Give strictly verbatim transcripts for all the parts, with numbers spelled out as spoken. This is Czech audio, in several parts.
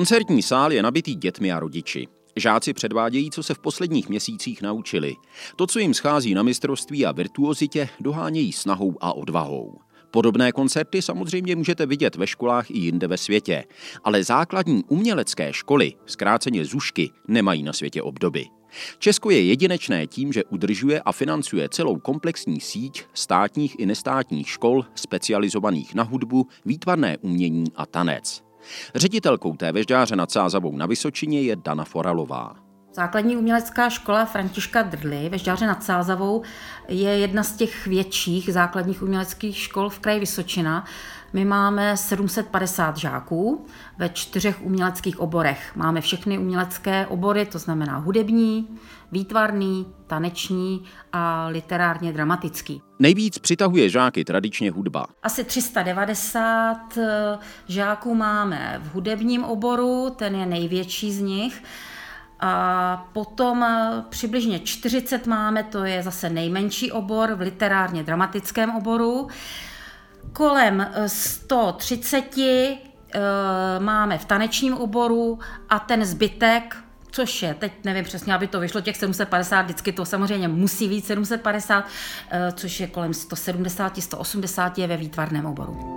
Koncertní sál je nabitý dětmi a rodiči. Žáci předvádějí, co se v posledních měsících naučili. To, co jim schází na mistrovství a virtuozitě, dohánějí snahou a odvahou. Podobné koncerty samozřejmě můžete vidět ve školách i jinde ve světě, ale základní umělecké školy, zkráceně ZUŠky, nemají na světě obdoby. Česko je jedinečné tím, že udržuje a financuje celou komplexní síť státních i nestátních škol specializovaných na hudbu, výtvarné umění a tanec. Ředitelkou té Vežďáře nad Sázavou na Vysočině je Dana Foralová. Základní umělecká škola Františka Drdly Vežďáře nad Sázavou je jedna z těch větších základních uměleckých škol v kraji Vysočina. My máme sedm set padesát žáků ve čtyřech uměleckých oborech. Máme všechny umělecké obory, to znamená hudební, výtvarný, taneční a literárně dramatický. Nejvíc přitahuje žáky tradičně hudba. Asi tři sta devadesát žáků máme v hudebním oboru, ten je největší z nich. A potom přibližně čtyřicet máme, to je zase nejmenší obor v literárně dramatickém oboru. Kolem sto třicet máme v tanečním oboru a ten zbytek, což je, teď nevím přesně, aby to vyšlo těch sedm set padesát, vždycky to samozřejmě musí být sedm set padesát, což je kolem sto sedmdesát, sto osmdesát je ve výtvarném oboru.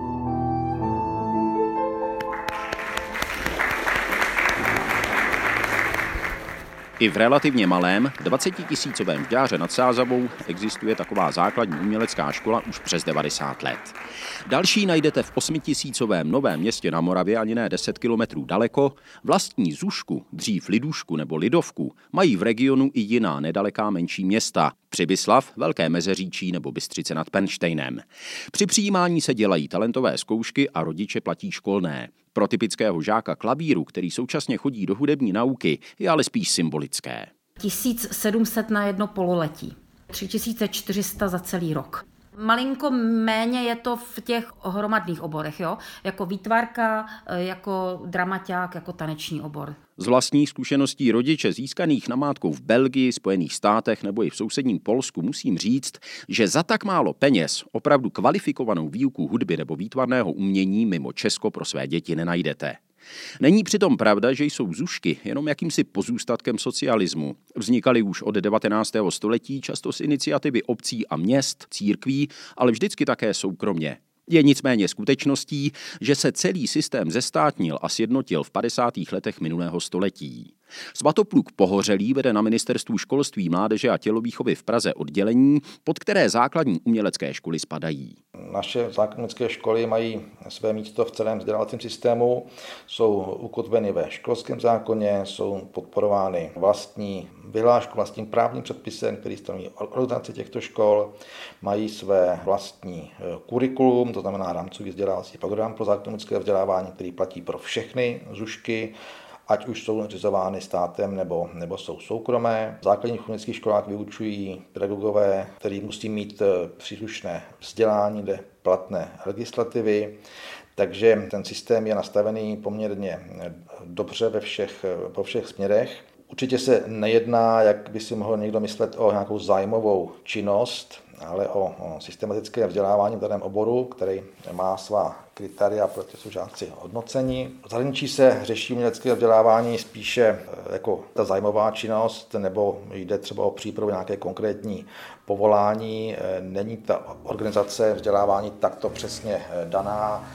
I v relativně malém, dvacetitisícovém Vežďáře nad Sázavou existuje taková základní umělecká škola už přes devadesát let. Další najdete v osmitisícovém Novém Městě na Moravě, ani ne deset kilometrů daleko. Vlastní ZUŠku, dřív Lidušku nebo Lidovku, mají v regionu i jiná nedaleká menší města. Přibyslav, Velké Mezeříčí nebo Bystřice nad Penštejnem. Při přijímání se dělají talentové zkoušky a rodiče platí školné. Pro typického žáka klavíru, který současně chodí do hudební nauky, je ale spíš symbolické. tisíc sedm set na jedno pololetí, tři tisíce čtyři sta za celý rok. Malinko méně je to v těch hromadných oborech, jo? Jako výtvarka, jako dramaťák, jako taneční obor. Z vlastních zkušeností rodiče získaných namátkou v Belgii, Spojených státech nebo i v sousedním Polsku musím říct, že za tak málo peněz opravdu kvalifikovanou výuku hudby nebo výtvarného umění mimo Česko pro své děti nenajdete. Není přitom pravda, že jsou ZUŠky jenom jakýmsi pozůstatkem socialismu. Vznikaly už od devatenáctého století, často z iniciativy obcí a měst, církví, ale vždycky také soukromně. Je nicméně skutečností, že se celý systém zestátnil a sjednotil v padesátých letech minulého století. Svatopluk Pohořelý vede na Ministerstvu školství, mládeže a tělovýchovy v Praze oddělení, pod které základní umělecké školy spadají. Naše základní umělecké školy mají své místo v celém vzdělávacím systému, jsou ukotveny ve školském zákoně, jsou podporovány vlastní vyhláškou, vlastním právním předpisem, který stanoví organizaci těchto škol, mají své vlastní kurikulum, to znamená rámcový vzdělávací program pro základní umělecké vzdělávání, který platí pro všechny ZUŠky, ať už jsou zřizovány státem nebo, nebo jsou soukromé. V základních uměleckých školách vyučují pedagogové, kteří musí mít příslušné vzdělání dle platné legislativy, takže ten systém je nastavený poměrně dobře ve všech, po všech směrech. Určitě se nejedná, jak by si mohl někdo myslet, o nějakou zájmovou činnost, ale o, o systematické vzdělávání v daném oboru, který má svá kritéria, protože jsou žáci hodnoceni. V zahraničí se řeší umělecké vzdělávání spíše jako ta zájmová činnost, nebo jde třeba o přípravu nějaké konkrétní povolání. Není ta organizace vzdělávání takto přesně daná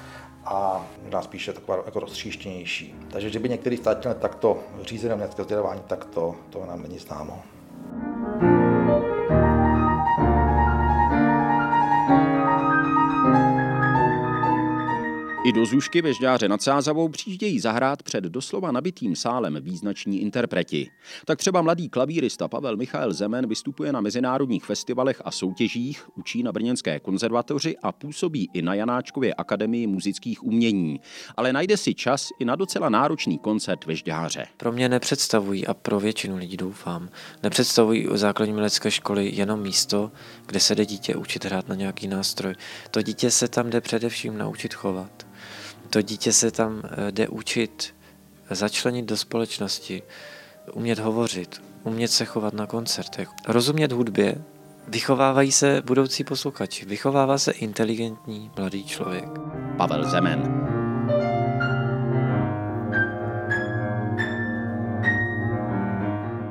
a možná spíše taková jako roztříštěnější. Takže že by některý stát měl takto řízené umělecké vzdělávání, tak to, to nám není známo. I do ZUŠky Vežďáře nad Sázavou přijíždějí zahrát před doslova nabitým sálem význační interpreti. Tak třeba mladý klavírista Pavel Michael Zemen vystupuje na mezinárodních festivalech a soutěžích, učí na Brněnské konzervatoři a působí i na Janáčkově akademii muzických umění. Ale najde si čas i na docela náročný koncert Vežďáře. Pro mě nepředstavují, a pro většinu lidí doufám, nepředstavují o základní umělecké školy jenom místo, kde se jde dítě učit hrát na nějaký nástroj. To dítě se tam jde především naučit chovat. To dítě se tam jde učit začlenit do společnosti, umět hovořit, umět se chovat na koncertech, rozumět hudbě, vychovávají se budoucí posluchači, vychovává se inteligentní mladý člověk. Pavel Zemen.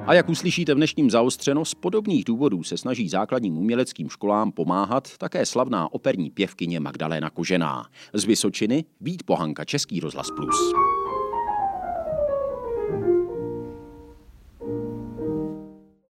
A jak uslyšíte v dnešním Zaostřeno, z podobných důvodů se snaží základním uměleckým školám pomáhat také slavná operní pěvkyně Magdaléna Kožená. Z Vysočiny Vít Pohanka, Český rozhlas Plus.